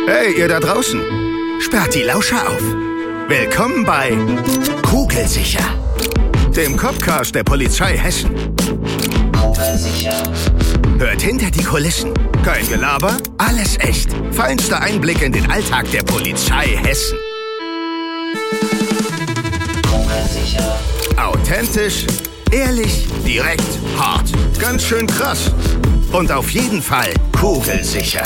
Hey, ihr da draußen! Sperrt die Lauscher auf! Willkommen bei Kugelsicher, dem Copcast der Polizei Hessen. Hört hinter die Kulissen. Kein Gelaber, alles echt. Feinster Einblick in den Alltag der Polizei Hessen. Authentisch, ehrlich, direkt, hart. Ganz schön krass. Und auf jeden Fall kugelsicher.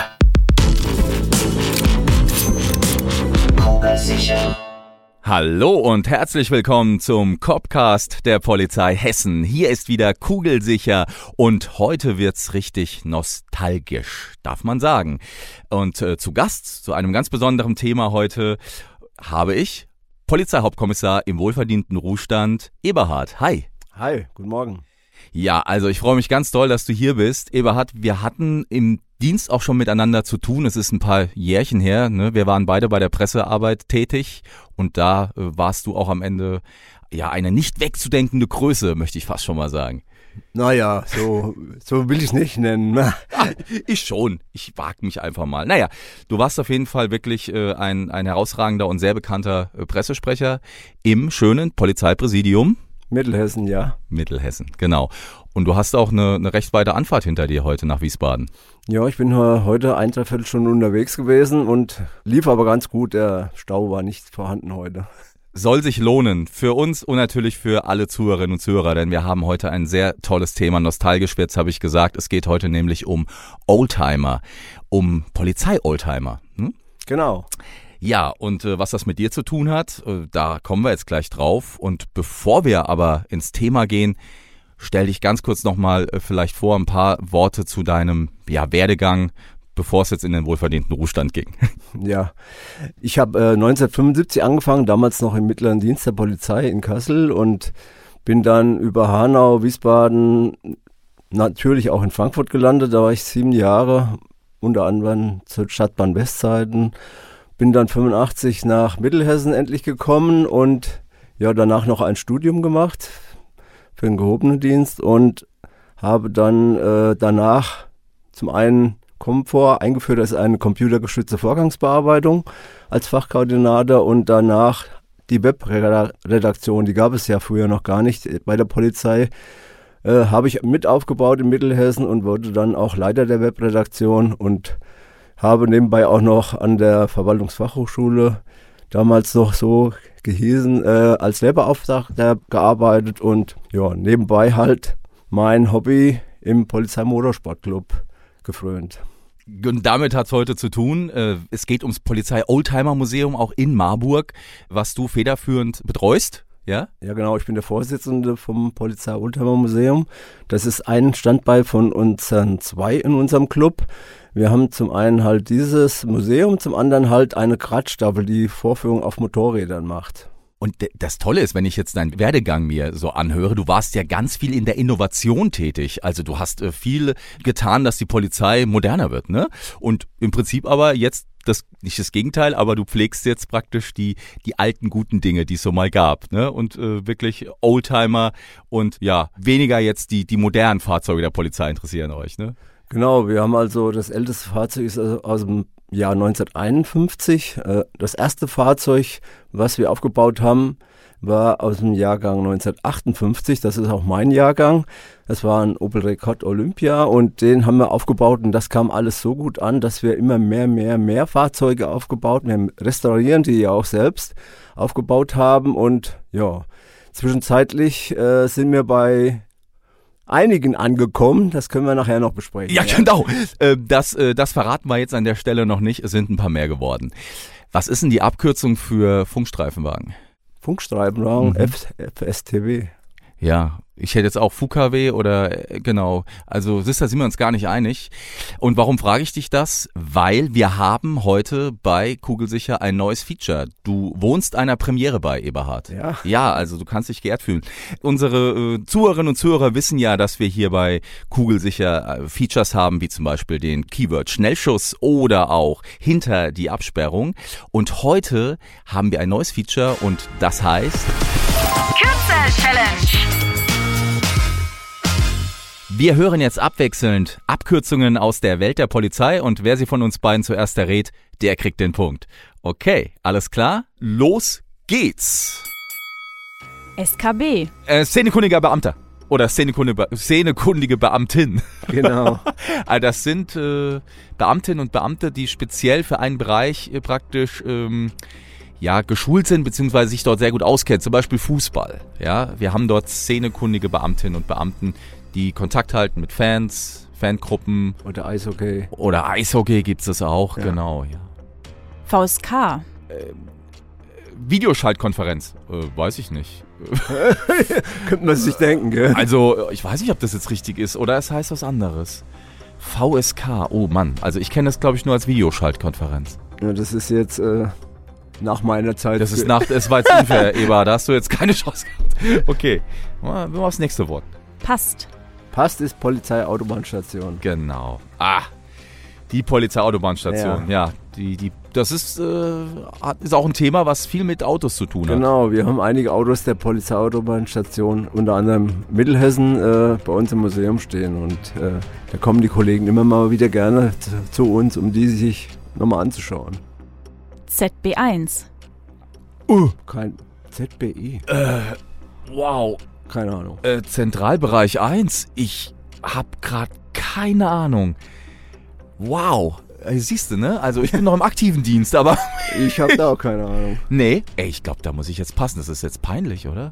Hallo und herzlich willkommen zum Copcast der Polizei Hessen. Hier ist wieder Kugelsicher und heute wird's richtig nostalgisch, darf man sagen. Und zu Gast, zu einem ganz besonderen Thema heute, habe ich Polizeihauptkommissar im wohlverdienten Ruhestand, Eberhard. Hi. Hi, guten Morgen. Ja, also ich freue mich ganz doll, dass du hier bist. Eberhard, wir hatten im Dienst auch schon miteinander zu tun. Es ist ein paar Jährchen her, ne? Wir waren beide bei der Pressearbeit tätig und da warst du auch am Ende ja eine nicht wegzudenkende Größe, möchte ich fast schon mal sagen. Naja, so will ich es nicht nennen. Ich schon. Ich wage mich einfach mal. Naja, du warst auf jeden Fall wirklich ein herausragender und sehr bekannter Pressesprecher im schönen Polizeipräsidium. Mittelhessen, ja. Mittelhessen, genau. Und du hast auch eine recht weite Anfahrt hinter dir heute nach Wiesbaden. Ja, ich bin heute 1,3 Stunden unterwegs gewesen und lief aber ganz gut. Der Stau war nicht vorhanden heute. Soll sich lohnen, für uns und natürlich für alle Zuhörerinnen und Zuhörer, denn wir haben heute ein sehr tolles Thema, nostalgisch wird's, habe ich gesagt. Es geht heute nämlich um Oldtimer, um Polizei-Oldtimer. Genau. Ja, und was das mit dir zu tun hat, da kommen wir jetzt gleich drauf. Und bevor wir aber ins Thema gehen, stell dich ganz kurz nochmal vielleicht vor, ein paar Worte zu deinem Werdegang, bevor es jetzt in den wohlverdienten Ruhestand ging. Ja, ich habe 1975 angefangen, damals noch im mittleren Dienst der Polizei in Kassel und bin dann über Hanau, Wiesbaden, natürlich auch in Frankfurt gelandet. Da war ich 7 Jahre, unter anderem zur Stadtbahn Westzeiten. Bin dann 85 nach Mittelhessen endlich gekommen und ja, danach noch ein Studium gemacht für den gehobenen Dienst und habe dann danach zum einen Komfort eingeführt als eine computergestützte Vorgangsbearbeitung als Fachkoordinator und danach die Webredaktion, die gab es ja früher noch gar nicht bei der Polizei, habe ich mit aufgebaut in Mittelhessen und wurde dann auch Leiter der Webredaktion und habe nebenbei auch noch an der Verwaltungsfachhochschule, damals noch so gehießen, als Lehrbeauftragter gearbeitet und ja, nebenbei halt mein Hobby im Polizeimotorsportclub gefrönt. Und damit hat's heute zu tun. Es geht ums Polizei-Oldtimer-Museum auch in Marburg, was du federführend betreust. Ja? Ja, genau. Ich bin der Vorsitzende vom Polizei-Oldtimer-Museum. Das ist ein Standbein von unseren 2 in unserem Club. Wir haben zum einen halt dieses Museum, zum anderen halt eine Radstaffel, die Vorführung auf Motorrädern macht. Und das Tolle ist, wenn ich jetzt deinen Werdegang mir so anhöre, du warst ja ganz viel in der Innovation tätig. Also du hast viel getan, dass die Polizei moderner wird, ne? Und im Prinzip aber jetzt nicht das Gegenteil, aber du pflegst jetzt praktisch die alten guten Dinge, die es so mal gab, ne? Und wirklich Oldtimer und ja, weniger jetzt die modernen Fahrzeuge der Polizei interessieren euch, ne? Genau, wir haben also das älteste Fahrzeug ist also aus dem Jahr 1951. Das erste Fahrzeug, was wir aufgebaut haben, war aus dem Jahrgang 1958. Das ist auch mein Jahrgang. Das war ein Opel Rekord Olympia und den haben wir aufgebaut und das kam alles so gut an, dass wir immer mehr Fahrzeuge aufgebaut haben. Wir restaurieren die ja auch selbst aufgebaut haben und ja, zwischenzeitlich sind wir bei einigen angekommen, das können wir nachher noch besprechen. Ja, genau. Das verraten wir jetzt an der Stelle noch nicht. Es sind ein paar mehr geworden. Was ist denn die Abkürzung für Funkstreifenwagen? Funkstreifenwagen, FSTW. Ja, ich hätte jetzt auch FUKW oder genau. Also da sind wir uns gar nicht einig. Und warum frage ich dich das? Weil wir haben heute bei Kugelsicher ein neues Feature. Du wohnst einer Premiere bei, Eberhard. Ja. Ja, also du kannst dich geehrt fühlen. Unsere Zuhörerinnen und Zuhörer wissen ja, dass wir hier bei Kugelsicher Features haben, wie zum Beispiel den Keyword Schnellschuss oder auch hinter die Absperrung. Und heute haben wir ein neues Feature und das heißt Kürzel Challenge. Wir hören jetzt abwechselnd Abkürzungen aus der Welt der Polizei und wer sie von uns beiden zuerst errät, der kriegt den Punkt. Okay, alles klar? Los geht's! SKB. Szenekundiger Beamter. Oder szenekundige Beamtin. Genau. Das sind Beamtinnen und Beamte, die speziell für einen Bereich praktisch geschult sind, beziehungsweise sich dort sehr gut auskennen. Zum Beispiel Fußball. Ja, wir haben dort szenekundige Beamtinnen und Beamten, die Kontakt halten mit Fans, Fangruppen. Oder Eishockey. Oder Eishockey gibt es auch, ja. Genau. Ja. VSK. Videoschaltkonferenz. Weiß ich nicht. Könnte man sich denken, gell? Also, ich weiß nicht, ob das jetzt richtig ist oder es heißt was anderes. VSK, oh Mann. Also ich kenne das, glaube ich, nur als Videoschaltkonferenz. Ja, das ist jetzt nach meiner Zeit. Es war jetzt unfair, Eva, da hast du jetzt keine Chance gehabt. Okay, wir machen das nächste Wort. Passt. Passt ist Polizeiautobahnstation. Genau. Die Polizeiautobahnstation, ja. Das ist auch ein Thema, was viel mit Autos zu tun hat. Genau, wir haben einige Autos der Polizeiautobahnstation, unter anderem Mittelhessen, bei uns im Museum stehen. Und da kommen die Kollegen immer mal wieder gerne zu uns, um die sich nochmal anzuschauen. ZB1. Kein ZBI. Wow. Keine Ahnung. Zentralbereich 1. Ich hab grad keine Ahnung. Wow. Siehst du, ne? Also ich bin noch im aktiven Dienst, aber... Ich habe da auch keine Ahnung. Nee. Ich glaube, da muss ich jetzt passen. Das ist jetzt peinlich, oder?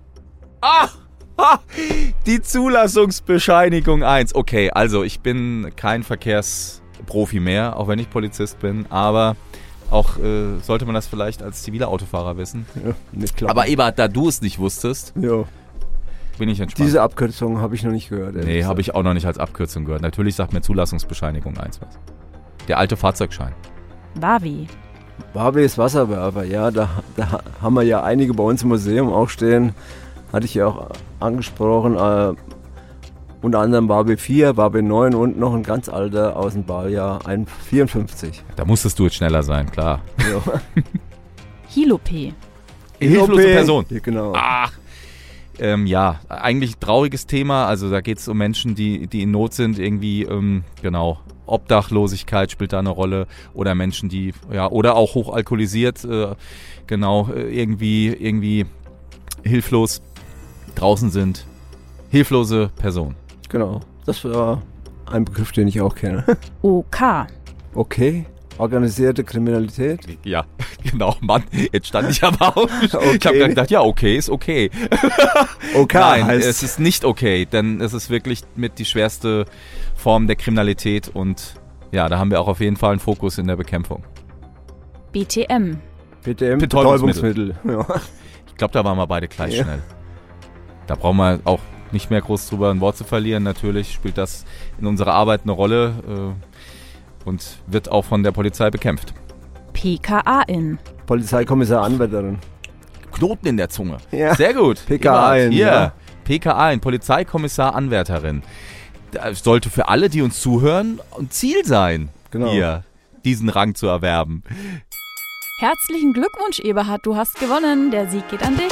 Die Zulassungsbescheinigung 1. Okay, also ich bin kein Verkehrsprofi mehr, auch wenn ich Polizist bin, aber auch sollte man das vielleicht als ziviler Autofahrer wissen. Ja, nicht klar. Aber Eberhard, da du es nicht wusstest, bin ich entspannt. Diese Abkürzung habe ich noch nicht gehört. Nee, habe ich auch noch nicht als Abkürzung gehört. Natürlich sagt mir Zulassungsbescheinigung 1 was. Der alte Fahrzeugschein. Wavi. Wavi ist Wasserwerfer, ja. Da haben wir ja einige bei uns im Museum auch stehen. Hatte ich ja auch angesprochen. Unter anderem Wavi 4, Wavi 9 und noch ein ganz alter aus dem Baujahr 54. Da musstest du jetzt schneller sein, klar. Ja. Hilopé. Hilflose Person. Ja, genau. Ja, eigentlich ein trauriges Thema. Also da geht es um Menschen, die in Not sind, irgendwie, genau. Obdachlosigkeit spielt da eine Rolle oder Menschen, die, ja, oder auch hochalkoholisiert, genau, irgendwie hilflos draußen sind. Hilflose Person. Genau, das war ein Begriff, den ich auch kenne. OK. Okay, organisierte Kriminalität. Ja, genau, Mann, jetzt stand ich aber auf. Okay. Ich habe gerade gedacht, ja, okay, ist okay. Okay, Nein, heißt es ist nicht okay, denn es ist wirklich mit die schwerste Form der Kriminalität und ja, da haben wir auch auf jeden Fall einen Fokus in der Bekämpfung. BTM. Betäubungsmittel. Ja. Ich glaube, da waren wir beide gleich schnell. Da brauchen wir auch nicht mehr groß drüber ein Wort zu verlieren. Natürlich spielt das in unserer Arbeit eine Rolle und wird auch von der Polizei bekämpft. PKA-in. Polizeikommissar Anwärterin. Knoten in der Zunge. Ja. Sehr gut. PKA-in. Hier, Ja. PKA-in, Polizeikommissar Anwärterin. Das sollte für alle, die uns zuhören, ein Ziel sein, Genau. hier diesen Rang zu erwerben. Herzlichen Glückwunsch, Eberhard, du hast gewonnen. Der Sieg geht an dich.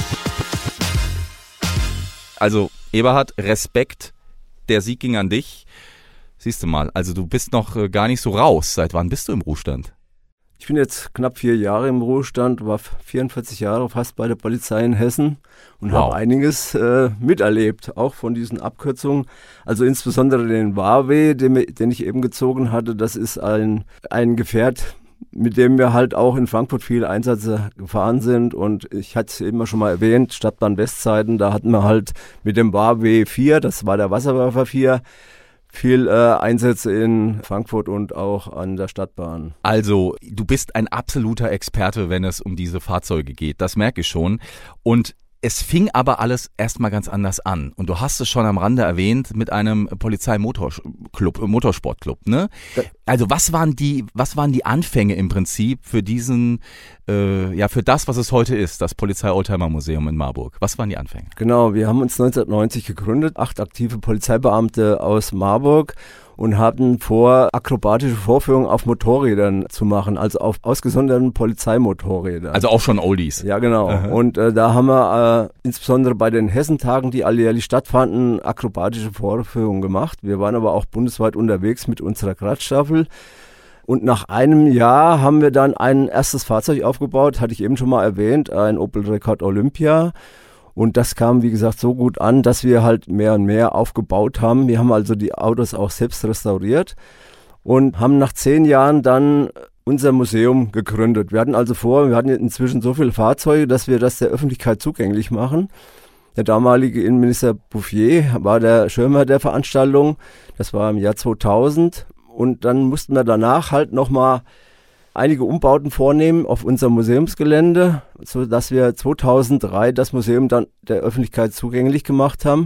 Also, Eberhard, Respekt, der Sieg ging an dich. Siehst du mal, also du bist noch gar nicht so raus. Seit wann bist du im Ruhestand? Ich bin jetzt knapp 4 Jahre im Ruhestand, war 44 Jahre fast bei der Polizei in Hessen und habe einiges miterlebt, auch von diesen Abkürzungen. Also insbesondere den Wavi, den ich eben gezogen hatte, das ist ein Gefährt, mit dem wir halt auch in Frankfurt viele Einsätze gefahren sind. Und ich hatte es eben schon mal erwähnt, Stadtbahn Westseiten, da hatten wir halt mit dem Wavi 4, das war der Wasserwerfer 4, viel Einsätze in Frankfurt und auch an der Stadtbahn. Also, du bist ein absoluter Experte, wenn es um diese Fahrzeuge geht. Das merke ich schon. Und es fing aber alles erstmal ganz anders an. Und du hast es schon am Rande erwähnt mit einem Motorsportclub, ne? Also, was waren die Anfänge im Prinzip für diesen, für das, was es heute ist, das Polizei-Oldtimer-Museum in Marburg? Was waren die Anfänge? Genau, wir haben uns 1990 gegründet, 8 aktive Polizeibeamte aus Marburg und hatten vor, akrobatische Vorführungen auf Motorrädern zu machen, also auf ausgesonderten Polizeimotorrädern. Also auch schon Oldies. Ja, genau. Aha. Und da haben wir insbesondere bei den Hessentagen, die alljährlich stattfanden, akrobatische Vorführungen gemacht. Wir waren aber auch bundesweit unterwegs mit unserer Kratzstaffel. Und nach einem Jahr haben wir dann ein erstes Fahrzeug aufgebaut, hatte ich eben schon mal erwähnt, ein Opel Rekord Olympia. Und das kam, wie gesagt, so gut an, dass wir halt mehr und mehr aufgebaut haben. Wir haben also die Autos auch selbst restauriert und haben nach 10 Jahren dann unser Museum gegründet. Wir hatten inzwischen so viele Fahrzeuge, dass wir das der Öffentlichkeit zugänglich machen. Der damalige Innenminister Bouffier war der Schirmherr der Veranstaltung. Das war im Jahr 2000. Und dann mussten wir danach halt nochmal einige Umbauten vornehmen auf unserem Museumsgelände, sodass wir 2003 das Museum dann der Öffentlichkeit zugänglich gemacht haben.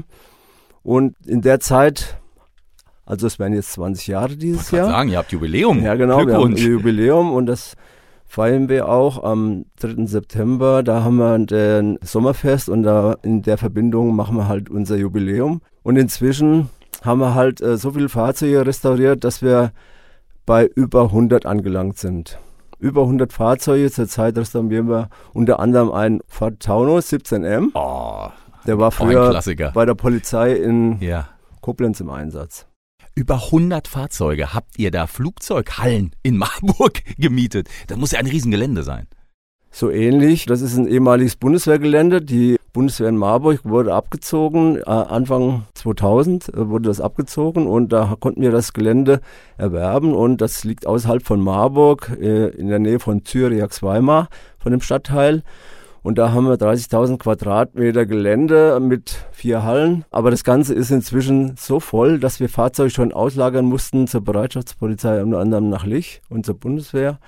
Und in der Zeit, also es werden jetzt 20 Jahre dieses Jahr. Ich kann sagen, ihr habt Jubiläum. Ja, genau, wir haben ein Glückwunsch. Jubiläum und das feiern wir auch am 3. September. Da haben wir ein Sommerfest und da in der Verbindung machen wir halt unser Jubiläum. Und inzwischen haben wir halt so viele Fahrzeuge restauriert, dass wir bei über 100 angelangt sind. Über 100 Fahrzeuge. Zurzeit restaurieren wir unter anderem einen Ford Taunus 17M. Oh, der war früher Klassiker bei der Polizei in Koblenz im Einsatz. Über 100 Fahrzeuge. Habt ihr da Flugzeughallen in Marburg gemietet? Das muss ja ein Riesengelände sein. So ähnlich. Das ist ein ehemaliges Bundeswehrgelände. Die Bundeswehr in Marburg wurde abgezogen. Anfang 2000 wurde das abgezogen und da konnten wir das Gelände erwerben. Und das liegt außerhalb von Marburg, in der Nähe von Zürich-Weimar, von dem Stadtteil. Und da haben wir 30.000 Quadratmeter Gelände mit 4 Hallen. Aber das Ganze ist inzwischen so voll, dass wir Fahrzeuge schon auslagern mussten zur Bereitschaftspolizei, unter anderem nach Lich und zur Bundeswehr.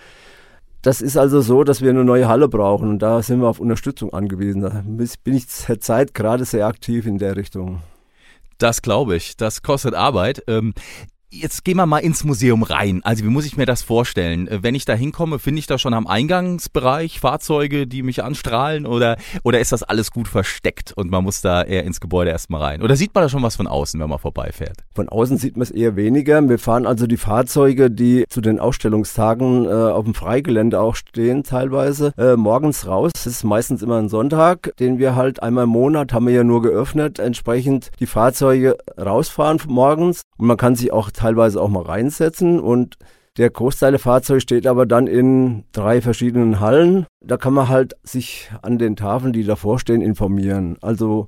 Das ist also so, dass wir eine neue Halle brauchen und da sind wir auf Unterstützung angewiesen. Da bin ich zurzeit gerade sehr aktiv in der Richtung. Das glaube ich, das kostet Arbeit. Jetzt gehen wir mal ins Museum rein. Also wie muss ich mir das vorstellen? Wenn ich da hinkomme, finde ich da schon am Eingangsbereich Fahrzeuge, die mich anstrahlen oder ist das alles gut versteckt und man muss da eher ins Gebäude erstmal rein? Oder sieht man da schon was von außen, wenn man vorbeifährt? Von außen sieht man es eher weniger. Wir fahren also die Fahrzeuge, die zu den Ausstellungstagen auf dem Freigelände auch stehen teilweise, morgens raus. Das ist meistens immer ein Sonntag, den wir halt einmal im Monat, haben wir ja nur geöffnet, entsprechend die Fahrzeuge rausfahren morgens und man kann sich auch teilweise auch mal reinsetzen und der Großteil der Fahrzeuge steht aber dann in 3 verschiedenen Hallen. Da kann man halt sich an den Tafeln, die davor stehen, informieren. Also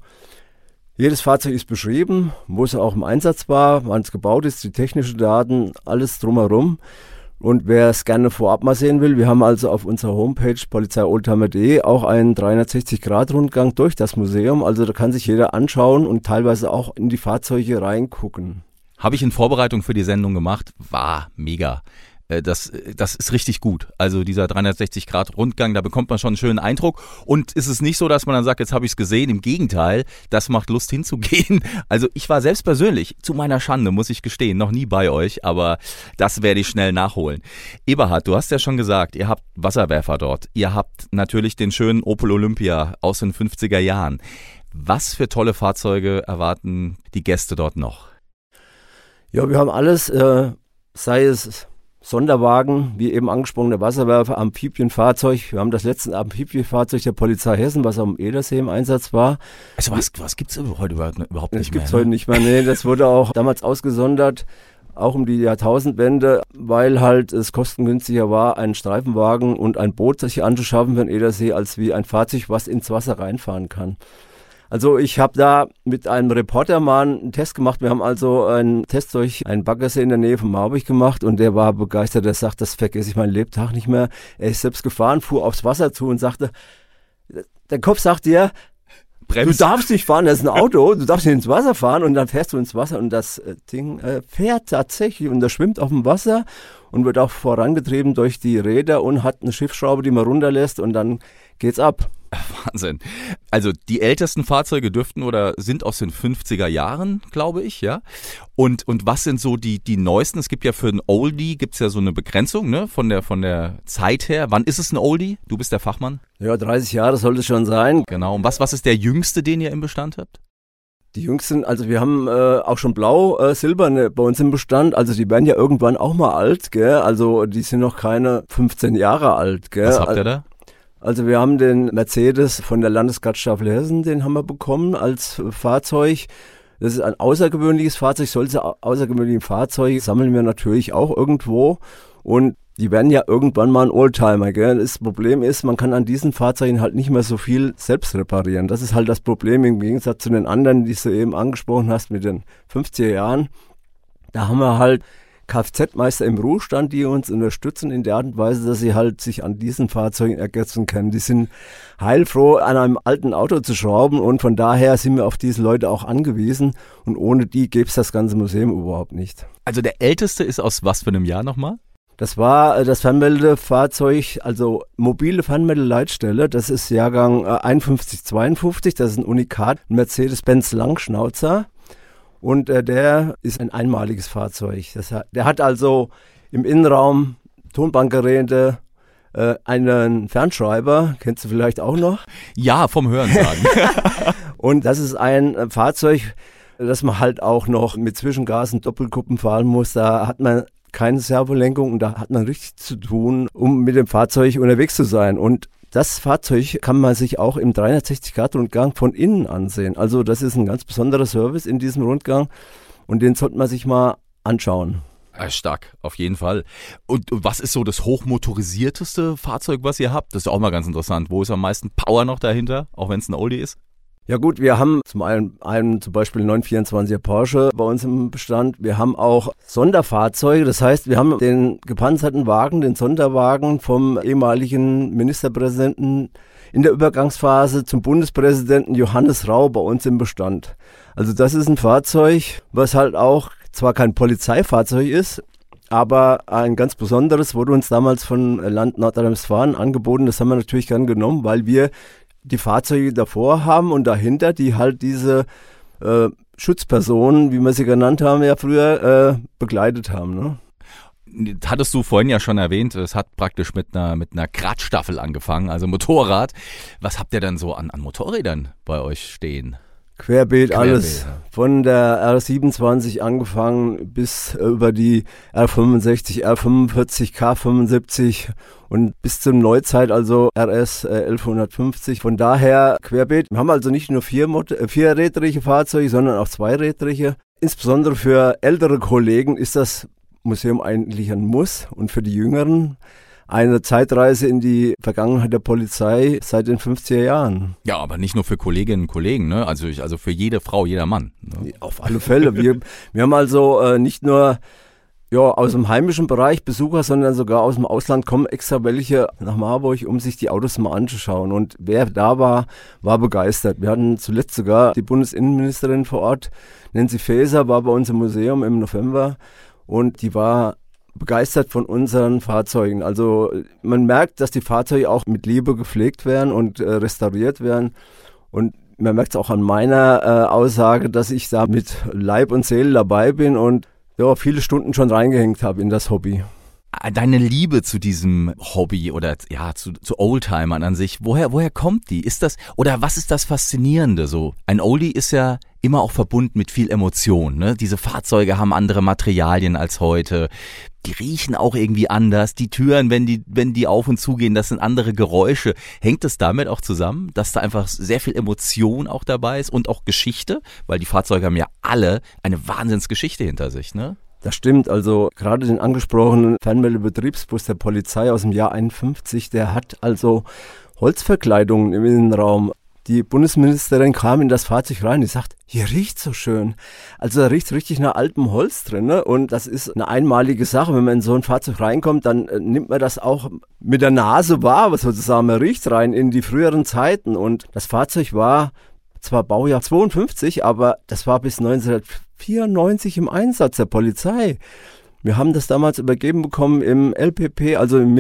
jedes Fahrzeug ist beschrieben, wo es auch im Einsatz war, wann es gebaut ist, die technischen Daten, alles drumherum. Und wer es gerne vorab mal sehen will, wir haben also auf unserer Homepage polizeioldtimer.de auch einen 360-Grad-Rundgang durch das Museum. Also da kann sich jeder anschauen und teilweise auch in die Fahrzeuge reingucken. Habe ich in Vorbereitung für die Sendung gemacht, war mega. Das ist richtig gut. Also dieser 360-Grad-Rundgang, da bekommt man schon einen schönen Eindruck. Und ist es nicht so, dass man dann sagt, jetzt habe ich es gesehen. Im Gegenteil, das macht Lust hinzugehen. Also ich war selbst persönlich, zu meiner Schande, muss ich gestehen, noch nie bei euch. Aber das werde ich schnell nachholen. Eberhard, du hast ja schon gesagt, ihr habt Wasserwerfer dort. Ihr habt natürlich den schönen Opel Olympia aus den 50er Jahren. Was für tolle Fahrzeuge erwarten die Gäste dort noch? Ja, wir haben alles, sei es Sonderwagen, wie eben angesprochen, der Wasserwerfer, Amphibienfahrzeug. Wir haben das letzte Amphibienfahrzeug der Polizei Hessen, was am Edersee im Einsatz war. Also was gibt's heute überhaupt nicht mehr? Das gibt's heute nicht mehr, nee. Das wurde auch damals ausgesondert, auch um die Jahrtausendwende, weil halt es kostengünstiger war, einen Streifenwagen und ein Boot sich anzuschaffen für den Edersee, als wie ein Fahrzeug, was ins Wasser reinfahren kann. Also ich habe da mit einem Reporter mal einen Test gemacht. Wir haben also einen Test durch einen Baggersee in der Nähe von Marburg gemacht und der war begeistert. Der sagt, das vergesse ich meinen Lebtag nicht mehr. Er ist selbst gefahren, fuhr aufs Wasser zu und sagte, der Kopf sagt dir, du darfst nicht fahren, das ist ein Auto, du darfst nicht ins Wasser fahren und dann fährst du ins Wasser und das Ding fährt tatsächlich und das schwimmt auf dem Wasser und wird auch vorangetrieben durch die Räder und hat eine Schiffsschraube, die man runterlässt und dann geht's ab. Wahnsinn. Also die ältesten Fahrzeuge dürften oder sind aus den 50er Jahren, glaube ich, ja. Und was sind so die neuesten? Es gibt ja für einen Oldie, gibt's ja so eine Begrenzung, ne, von der Zeit her. Wann ist es ein Oldie? Du bist der Fachmann. Ja, 30 Jahre sollte es schon sein. Genau. Und was ist der jüngste, den ihr im Bestand habt? Die jüngsten, also wir haben auch schon blau-silberne bei uns im Bestand, also die werden ja irgendwann auch mal alt, gell? Also die sind noch keine 15 Jahre alt, gell? Was habt ihr da? Also wir haben den Mercedes von der Landesgartenstaffel Hessen, den haben wir bekommen als Fahrzeug. Das ist ein außergewöhnliches Fahrzeug. Solche außergewöhnlichen Fahrzeuge sammeln wir natürlich auch irgendwo und die werden ja irgendwann mal ein Oldtimer, gell? Das Problem ist, man kann an diesen Fahrzeugen halt nicht mehr so viel selbst reparieren. Das ist halt das Problem im Gegensatz zu den anderen, die du eben angesprochen hast mit den 50er Jahren. Da haben wir halt Kfz-Meister im Ruhestand, die uns unterstützen in der Art und Weise, dass sie halt sich an diesen Fahrzeugen ergötzen können. Die sind heilfroh, an einem alten Auto zu schrauben und von daher sind wir auf diese Leute auch angewiesen und ohne die gäbe es das ganze Museum überhaupt nicht. Also der älteste ist aus was für einem Jahr nochmal? Das war das Fernmeldefahrzeug, also mobile Fernmeldeleitstelle. Das ist Jahrgang 5152. Das ist ein Unikat, ein Mercedes-Benz Langschnauzer. Und der ist ein einmaliges Fahrzeug. Der hat also im Innenraum Tonbandgeräte, einen Fernschreiber, kennst du vielleicht auch noch? Ja, vom Hörensagen. Und das ist ein Fahrzeug, das man halt auch noch mit Zwischengasen, Doppelkuppen fahren muss. Da hat man keine Servolenkung und da hat man richtig zu tun, um mit dem Fahrzeug unterwegs zu sein. Und das Fahrzeug kann man sich auch im 360-Grad-Rundgang von innen ansehen. Also das ist ein ganz besonderer Service in diesem Rundgang und den sollte man sich mal anschauen. Ja, stark, auf jeden Fall. Und was ist so das hochmotorisierteste Fahrzeug, was ihr habt? Das ist auch mal ganz interessant. Wo ist am meisten Power noch dahinter, auch wenn es ein Oldie ist? Ja gut, wir haben zum einen zum Beispiel 924er Porsche bei uns im Bestand. Wir haben auch Sonderfahrzeuge, das heißt, wir haben den gepanzerten Wagen, den Sonderwagen vom ehemaligen Ministerpräsidenten in der Übergangsphase zum Bundespräsidenten Johannes Rau bei uns im Bestand. Also das ist ein Fahrzeug, was halt auch zwar kein Polizeifahrzeug ist, aber ein ganz besonderes, wurde uns damals von Land Nordrhein-Westfalen angeboten. Das haben wir natürlich gern genommen, weil wir die Fahrzeuge davor haben und dahinter, die halt diese Schutzpersonen, wie wir sie genannt haben, ja früher begleitet haben. Ne? Hattest du vorhin ja schon erwähnt, es hat praktisch mit einer Kratstaffel angefangen, also Motorrad. Was habt ihr dann so an Motorrädern bei euch stehen? Querbeet alles. Von der R27 angefangen bis über die R65, R45, K75 und bis zur Neuzeit, also RS 1150. Von daher querbeet. Wir haben also nicht nur vierrädrige Fahrzeuge, sondern auch zweirädrige. Insbesondere für ältere Kollegen ist das Museum eigentlich ein Muss und für die Jüngeren eine Zeitreise in die Vergangenheit der Polizei seit den 50er Jahren. Ja, aber nicht nur für Kolleginnen und Kollegen, ne? Also für jede Frau, jeder Mann. Ne? Auf alle Fälle. Wir haben also nicht nur aus dem heimischen Bereich Besucher, sondern sogar aus dem Ausland kommen extra welche nach Marburg, um sich die Autos mal anzuschauen. Und wer da war, war begeistert. Wir hatten zuletzt sogar die Bundesinnenministerin vor Ort, Nancy Faeser, war bei uns im Museum im November und die war begeistert von unseren Fahrzeugen. Also man merkt, dass die Fahrzeuge auch mit Liebe gepflegt werden und restauriert werden. Und man merkt es auch an meiner Aussage, dass ich da mit Leib und Seele dabei bin und viele Stunden schon reingehängt habe in das Hobby. Deine Liebe zu diesem Hobby oder zu Oldtimern an sich, woher kommt die? Ist das, oder was ist das Faszinierende so? Ein Oldie ist ja immer auch verbunden mit viel Emotion, ne? Diese Fahrzeuge haben andere Materialien als heute. Die riechen auch irgendwie anders. Die Türen, wenn die auf und zugehen, das sind andere Geräusche. Hängt es damit auch zusammen, dass da einfach sehr viel Emotion auch dabei ist und auch Geschichte? Weil die Fahrzeuge haben ja alle eine Wahnsinnsgeschichte hinter sich, ne? Das stimmt, also gerade den angesprochenen Fernmeldebetriebsbus der Polizei aus dem Jahr 51, der hat also Holzverkleidungen im Innenraum. Die Bundesministerin kam in das Fahrzeug rein, die sagt, hier riecht's so schön. Also da riecht's richtig nach altem Holz drin, ne? Und das ist eine einmalige Sache. Wenn man in so ein Fahrzeug reinkommt, dann nimmt man das auch mit der Nase wahr, was sozusagen, man riecht rein in die früheren Zeiten. Und das Fahrzeug war zwar Baujahr 52, aber das war bis 1994 im Einsatz der Polizei. Wir haben das damals übergeben bekommen im LPP, also im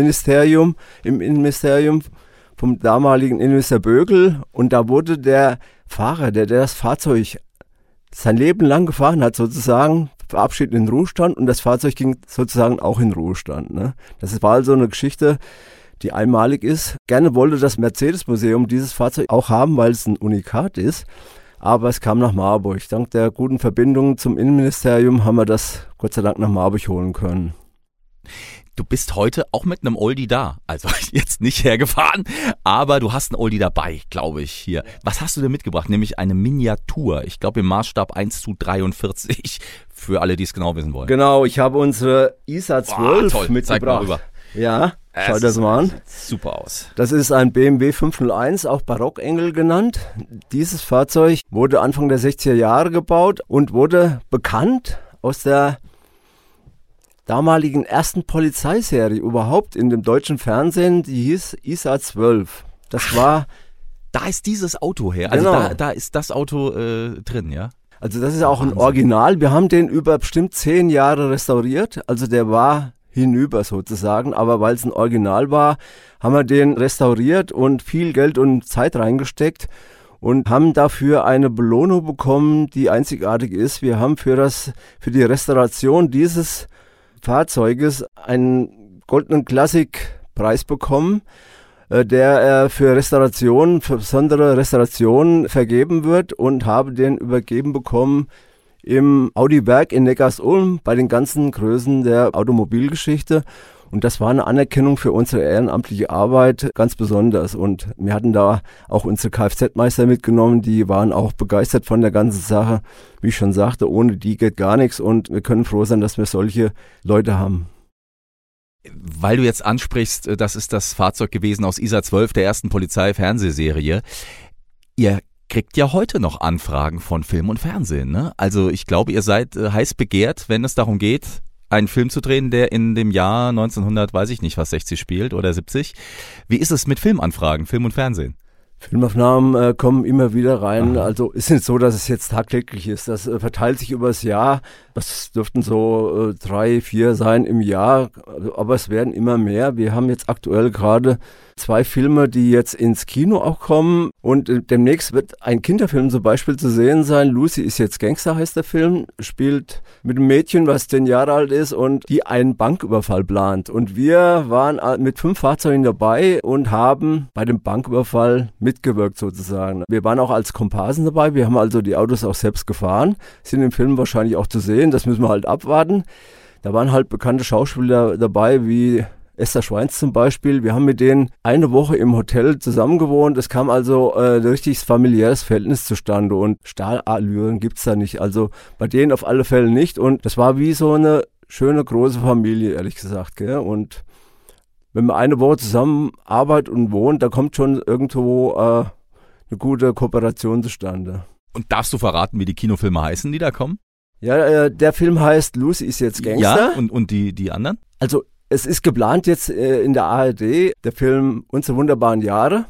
Innenministerium vom damaligen Innenminister Bögel. Und da wurde der Fahrer, der das Fahrzeug sein Leben lang gefahren hat, sozusagen verabschiedet in den Ruhestand. Und das Fahrzeug ging sozusagen auch in den Ruhestand. Ne? Das war also eine Geschichte, die einmalig ist. Gerne wollte das Mercedes-Museum dieses Fahrzeug auch haben, weil es ein Unikat ist. aber es kam nach Marburg. Dank der guten Verbindung zum Innenministerium haben wir das Gott sei Dank nach Marburg holen können. Du bist heute auch mit einem Oldie da, also jetzt nicht hergefahren, aber du hast einen Oldie dabei, glaube ich, hier. Was hast du denn mitgebracht? Nämlich eine Miniatur, ich glaube im Maßstab 1:43, für alle, die es genau wissen wollen. Genau, ich habe unsere ISA 12 mitgebracht. Zeig mal rüber. Ja, schau das mal an. Super aus. Das ist ein BMW 501, auch Barockengel genannt. Dieses Fahrzeug wurde Anfang der 60er Jahre gebaut und wurde bekannt aus der damaligen ersten Polizeiserie überhaupt in dem deutschen Fernsehen, die hieß ISA 12. Das war... Da ist dieses Auto her, also genau. da ist das Auto drin, ja? Also das ist auch ein Original. Wir haben den über bestimmt 10 Jahre restauriert, also der war hinüber sozusagen, aber weil es ein Original war, haben wir den restauriert und viel Geld und Zeit reingesteckt und haben dafür eine Belohnung bekommen, die einzigartig ist. Wir haben für die Restauration dieses Fahrzeuges einen goldenen Klassikpreis bekommen, der für besondere Restaurationen vergeben wird, und habe den übergeben bekommen im Audi-Werk in Neckarsulm bei den ganzen Größen der Automobilgeschichte. Und das war eine Anerkennung für unsere ehrenamtliche Arbeit ganz besonders. Und wir hatten da auch unsere Kfz-Meister mitgenommen, die waren auch begeistert von der ganzen Sache. Wie ich schon sagte, ohne die geht gar nichts, und wir können froh sein, dass wir solche Leute haben. Weil du jetzt ansprichst, das ist das Fahrzeug gewesen aus ISA 12, der ersten Polizei-Fernsehserie. Ihr kriegt ja heute noch Anfragen von Film und Fernsehen, ne? Also ich glaube, ihr seid heiß begehrt, wenn es darum geht, einen Film zu drehen, der in dem Jahr 1900, weiß ich nicht, was 60 spielt oder 70. Wie ist es mit Filmanfragen, Film und Fernsehen? Filmaufnahmen kommen immer wieder rein. Also ist nicht so, dass es jetzt tagtäglich ist. Das verteilt sich über das Jahr. Das dürften so 3, 4 sein im Jahr, aber es werden immer mehr. Wir haben jetzt aktuell gerade 2 Filme, die jetzt ins Kino auch kommen, und demnächst wird ein Kinderfilm zum Beispiel zu sehen sein. Lucy ist jetzt Gangster, heißt der Film, spielt mit einem Mädchen, was 10 Jahre alt ist und die einen Banküberfall plant. Und wir waren mit 5 Fahrzeugen dabei und haben bei dem Banküberfall mitgewirkt sozusagen. Wir waren auch als Komparsen dabei, wir haben also die Autos auch selbst gefahren, sind im Film wahrscheinlich auch zu sehen, das müssen wir halt abwarten. Da waren halt bekannte Schauspieler dabei, wie Esther Schweins zum Beispiel. Wir haben mit denen eine Woche im Hotel zusammen gewohnt. Es kam also ein richtiges familiäres Verhältnis zustande, und Stahlallüren gibt's da nicht. Also bei denen auf alle Fälle nicht, und das war wie so eine schöne große Familie, ehrlich gesagt, gell? Und wenn man eine Woche zusammen arbeitet und wohnt, da kommt schon irgendwo eine gute Kooperation zustande. Und darfst du verraten, wie die Kinofilme heißen, die da kommen? Ja, der Film heißt Lucy ist jetzt Gangster. Ja, und die anderen? Also es ist geplant jetzt in der ARD, der Film Unsere wunderbaren Jahre.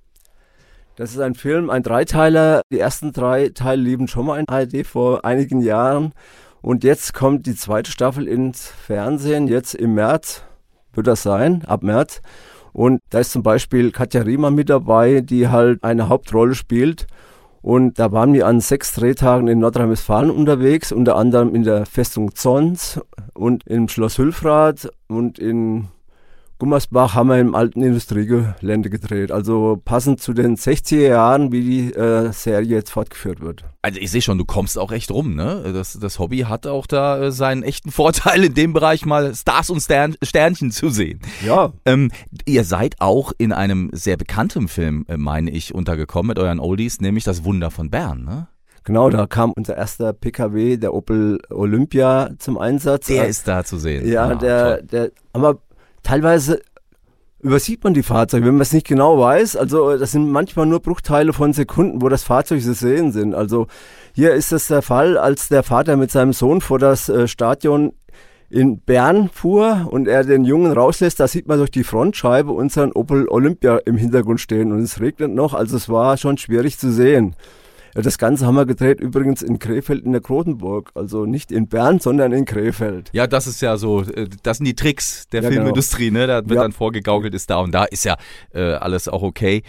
Das ist ein Film, ein Dreiteiler. Die ersten 3 Teile liefen schon mal in ARD vor einigen Jahren. Und jetzt kommt die 2. Staffel ins Fernsehen, jetzt im März wird das sein, ab März. Und da ist zum Beispiel Katja Riemann mit dabei, die halt eine Hauptrolle spielt. Und da waren wir an 6 Drehtagen in Nordrhein-Westfalen unterwegs, unter anderem in der Festung Zons und im Schloss Hülfrath, und in Gummersbach haben wir im alten Industriegelände gedreht. Also passend zu den 60er Jahren, wie die Serie jetzt fortgeführt wird. Also ich sehe schon, du kommst auch echt rum, ne? Das Hobby hat auch da seinen echten Vorteil, in dem Bereich mal Stars und Sternchen zu sehen. Ja. Ihr seid auch in einem sehr bekannten Film, meine ich, untergekommen mit euren Oldies, nämlich Das Wunder von Bern, ne? Genau, da kam unser erster PKW, der Opel Olympia, zum Einsatz. Der ist da zu sehen. Ja, der aber teilweise übersieht man die Fahrzeuge, wenn man es nicht genau weiß. Also das sind manchmal nur Bruchteile von Sekunden, wo das Fahrzeug zu sehen sind. Also hier ist es der Fall, als der Vater mit seinem Sohn vor das Stadion in Bern fuhr und er den Jungen rauslässt, da sieht man durch die Frontscheibe unseren Opel Olympia im Hintergrund stehen, und es regnet noch, also es war schon schwierig zu sehen. Das Ganze haben wir gedreht übrigens in Krefeld in der Krotenburg, also nicht in Bern, sondern in Krefeld. Ja, das ist ja so, das sind die Tricks der Filmindustrie, ne? Da wird dann vorgegaukelt, ist da und da, ist ja alles auch okay.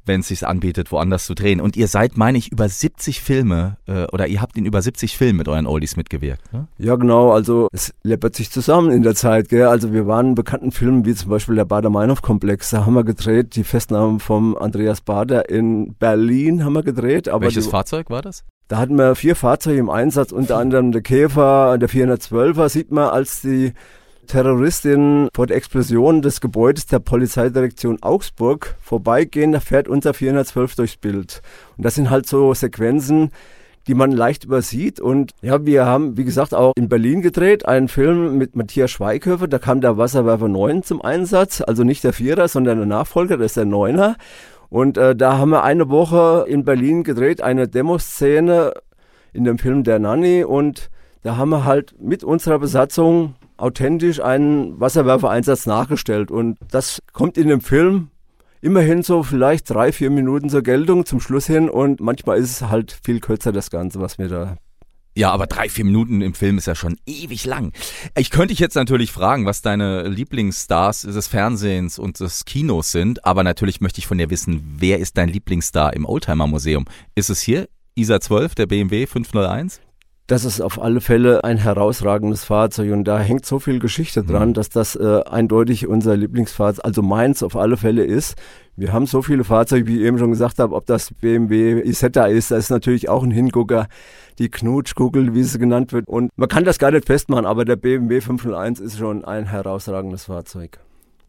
wenn es sich anbietet, woanders zu drehen. Und ihr seid, meine ich, über 70 Filme oder ihr habt in über 70 Filmen mit euren Oldies mitgewirkt. Ne? Ja, genau. Also es läppert sich zusammen in der Zeit. Gell? Also wir waren in bekannten Filmen wie zum Beispiel der Baader-Meinhof-Komplex. Da haben wir gedreht, die Festnahme vom Andreas Baader in Berlin haben wir gedreht. Aber welches Fahrzeug war das? Da hatten wir 4 Fahrzeuge im Einsatz, unter anderem der Käfer, der 412er, sieht man, als die Terroristin vor der Explosion des Gebäudes der Polizeidirektion Augsburg vorbeigehen, da fährt unser 412 durchs Bild. Und das sind halt so Sequenzen, die man leicht übersieht. Und ja, wir haben, wie gesagt, auch in Berlin gedreht, einen Film mit Matthias Schweighöfer, da kam der Wasserwerfer 9 zum Einsatz, also nicht der 4er, sondern der Nachfolger, das ist der 9er. Und da haben wir eine Woche in Berlin gedreht, eine Demoszene in dem Film Der Nanny. Und da haben wir halt mit unserer Besatzung authentisch einen Wasserwerfereinsatz nachgestellt. Und das kommt in dem Film immerhin so vielleicht 3-4 Minuten zur Geltung zum Schluss hin. Und manchmal ist es halt viel kürzer, das Ganze, was wir da... Ja, aber 3-4 Minuten im Film ist ja schon ewig lang. Ich könnte dich jetzt natürlich fragen, was deine Lieblingsstars des Fernsehens und des Kinos sind, aber natürlich möchte ich von dir wissen, wer ist dein Lieblingsstar im Oldtimer-Museum? Ist es hier ISA 12, der BMW 501? Das ist auf alle Fälle ein herausragendes Fahrzeug und da hängt so viel Geschichte dran, dass das eindeutig unser Lieblingsfahrzeug, also meins auf alle Fälle ist. Wir haben so viele Fahrzeuge, wie ich eben schon gesagt habe, ob das BMW Isetta ist, das ist natürlich auch ein Hingucker, die Knutschkugel, wie sie genannt wird. Und man kann das gar nicht festmachen, aber der BMW 501 ist schon ein herausragendes Fahrzeug.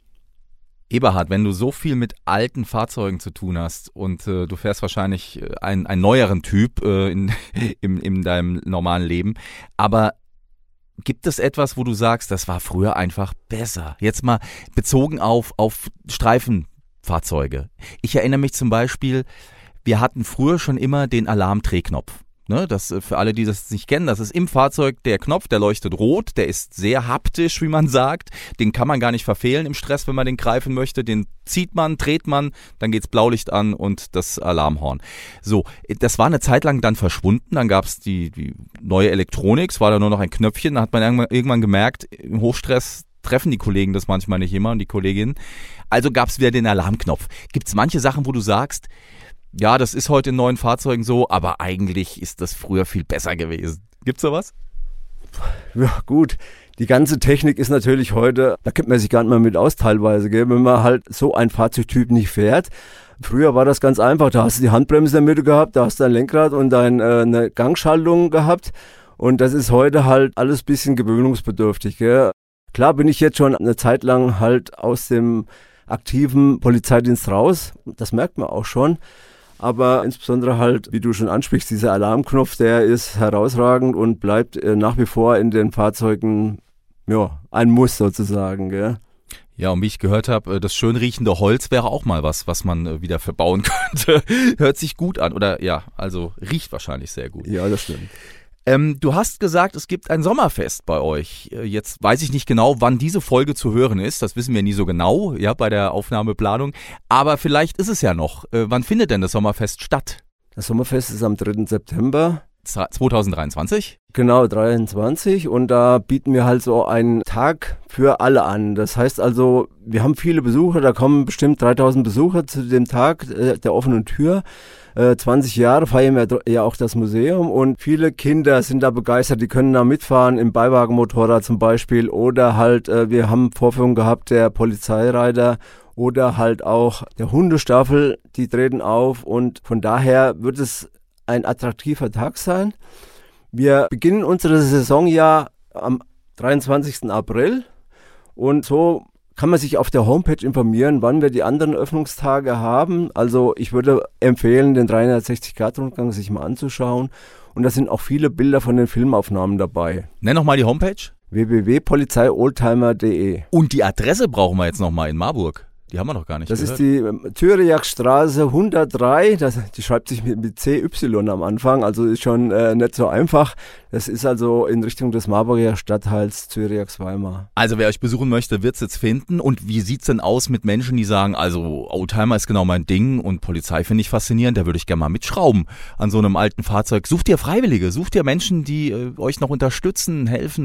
Eberhard, wenn du so viel mit alten Fahrzeugen zu tun hast und du fährst wahrscheinlich einen neueren Typ in deinem normalen Leben, aber gibt es etwas, wo du sagst, das war früher einfach besser? Jetzt mal bezogen auf Streifenfahrzeuge. Ich erinnere mich zum Beispiel, wir hatten früher schon immer den Alarmdrehknopf. Ne, das für alle, die das nicht kennen, das ist im Fahrzeug der Knopf, der leuchtet rot, der ist sehr haptisch, wie man sagt. Den kann man gar nicht verfehlen im Stress, wenn man den greifen möchte. Den zieht man, dreht man, dann geht's Blaulicht an und das Alarmhorn. So, das war eine Zeit lang dann verschwunden. Dann gab's die neue Elektronik, es war da nur noch ein Knöpfchen. Da hat man irgendwann gemerkt, im Hochstress treffen die Kollegen das manchmal nicht immer und die Kolleginnen. Also gab's wieder den Alarmknopf. Gibt's manche Sachen, wo du sagst, ja, das ist heute in neuen Fahrzeugen so, aber eigentlich ist das früher viel besser gewesen. Gibt's sowas? Ja, gut. Die ganze Technik ist natürlich heute, da kennt man sich gar nicht mehr mit aus teilweise, gell? Wenn man halt so ein Fahrzeugtyp nicht fährt. Früher war das ganz einfach, da hast du die Handbremse in der Mitte gehabt, da hast du ein Lenkrad und eine Gangschaltung gehabt und das ist heute halt alles ein bisschen gewöhnungsbedürftig, gell? Klar bin ich jetzt schon eine Zeit lang halt aus dem aktiven Polizeidienst raus, das merkt man auch schon. Aber insbesondere halt, wie du schon ansprichst, dieser Alarmknopf, der ist herausragend und bleibt nach wie vor in den Fahrzeugen, ja, ein Muss sozusagen, gell? Ja, und wie ich gehört habe, das schön riechende Holz wäre auch mal was man wieder verbauen könnte. Hört sich gut an oder ja, also riecht wahrscheinlich sehr gut. Ja, das stimmt. Du hast gesagt, es gibt ein Sommerfest bei euch. Jetzt weiß ich nicht genau, wann diese Folge zu hören ist. Das wissen wir nie so genau, ja, bei der Aufnahmeplanung. Aber vielleicht ist es ja noch. Wann findet denn das Sommerfest statt? Das Sommerfest ist am 3. September. 2023? Genau, 23. Und da bieten wir halt so einen Tag für alle an. Das heißt also, wir haben viele Besucher, da kommen bestimmt 3000 Besucher zu dem Tag der offenen Tür. 20 Jahre feiern wir ja auch das Museum und viele Kinder sind da begeistert, die können da mitfahren im Beiwagenmotorrad zum Beispiel oder halt, wir haben Vorführungen gehabt, der Polizeireiter oder halt auch der Hundestaffel, die treten auf und von daher wird es ein attraktiver Tag sein. Wir beginnen unsere Saison ja am 23. April und so kann man sich auf der Homepage informieren, wann wir die anderen Öffnungstage haben. Also ich würde empfehlen, den 360-Grad-Rundgang sich mal anzuschauen. Und da sind auch viele Bilder von den Filmaufnahmen dabei. Nenn nochmal die Homepage. www.polizeioldtimer.de. Und die Adresse brauchen wir jetzt nochmal in Marburg. Die haben wir noch gar nicht Das gehört. ist die Thüriachstraße 103, die schreibt sich mit CY am Anfang, also ist schon nicht so einfach. Das ist also in Richtung des Marburger Stadtteils Thüriachs-Weimar. Also wer euch besuchen möchte, wird es jetzt finden. Und wie sieht's denn aus mit Menschen, die sagen, also Oldtimer ist genau mein Ding und Polizei finde ich faszinierend, da würde ich gerne mal mitschrauben an so einem alten Fahrzeug. Sucht ihr Freiwillige, sucht ihr Menschen, die euch noch unterstützen, helfen?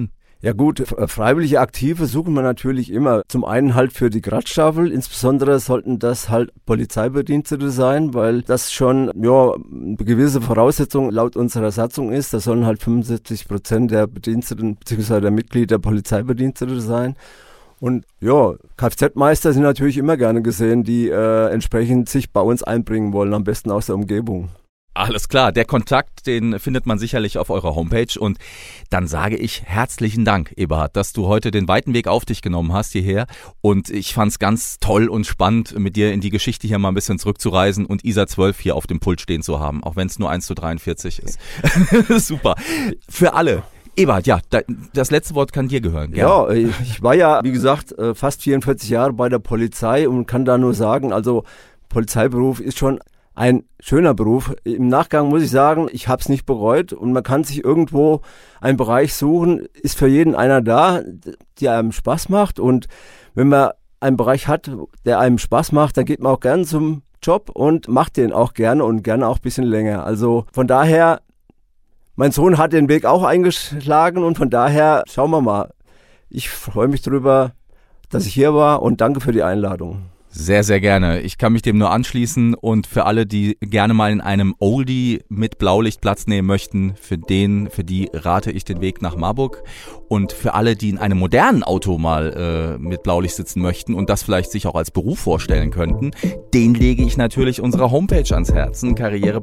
Ja gut, freiwillige Aktive suchen wir natürlich immer. Zum einen halt für die Gradstaffel, insbesondere sollten das halt Polizeibedienstete sein, weil das schon eine gewisse Voraussetzung laut unserer Satzung ist. Da sollen halt 75% der Bediensteten bzw. der Mitglieder Polizeibedienstete sein. Und ja, Kfz-Meister sind natürlich immer gerne gesehen, die entsprechend sich bei uns einbringen wollen, am besten aus der Umgebung. Alles klar, der Kontakt, den findet man sicherlich auf eurer Homepage und dann sage ich herzlichen Dank, Eberhard, dass du heute den weiten Weg auf dich genommen hast hierher und ich fand's ganz toll und spannend, mit dir in die Geschichte hier mal ein bisschen zurückzureisen und ISA 12 hier auf dem Pult stehen zu haben, auch wenn es nur 1:43 ist. Super. Für alle. Eberhard, ja, das letzte Wort kann dir gehören. Gerne. Ja, ich war ja, wie gesagt, fast 44 Jahre bei der Polizei und kann da nur sagen, also Polizeiberuf ist schon ein schöner Beruf. Im Nachgang muss ich sagen, ich habe es nicht bereut und man kann sich irgendwo einen Bereich suchen, ist für jeden einer da, der einem Spaß macht und wenn man einen Bereich hat, der einem Spaß macht, dann geht man auch gerne zum Job und macht den auch gerne und gerne auch ein bisschen länger. Also von daher, mein Sohn hat den Weg auch eingeschlagen und von daher schauen wir mal. Ich freue mich drüber, dass ich hier war und danke für die Einladung. Sehr, sehr gerne. Ich kann mich dem nur anschließen und für alle, die gerne mal in einem Oldie mit Blaulicht Platz nehmen möchten, für die rate ich den Weg nach Marburg und für alle, die in einem modernen Auto mal mit Blaulicht sitzen möchten und das vielleicht sich auch als Beruf vorstellen könnten, den lege ich natürlich unserer Homepage ans Herzen,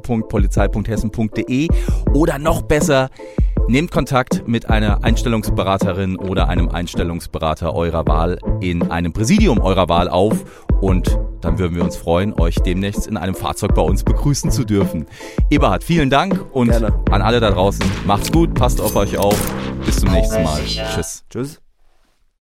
karriere.polizei.hessen.de oder noch besser, nehmt Kontakt mit einer Einstellungsberaterin oder einem Einstellungsberater eurer Wahl in einem Präsidium eurer Wahl auf und dann würden wir uns freuen, euch demnächst in einem Fahrzeug bei uns begrüßen zu dürfen. Eberhard, vielen Dank und gerne. An alle da draußen, macht's gut, passt auf euch auf, bis zum nächsten Mal. Tschüss. Tschüss.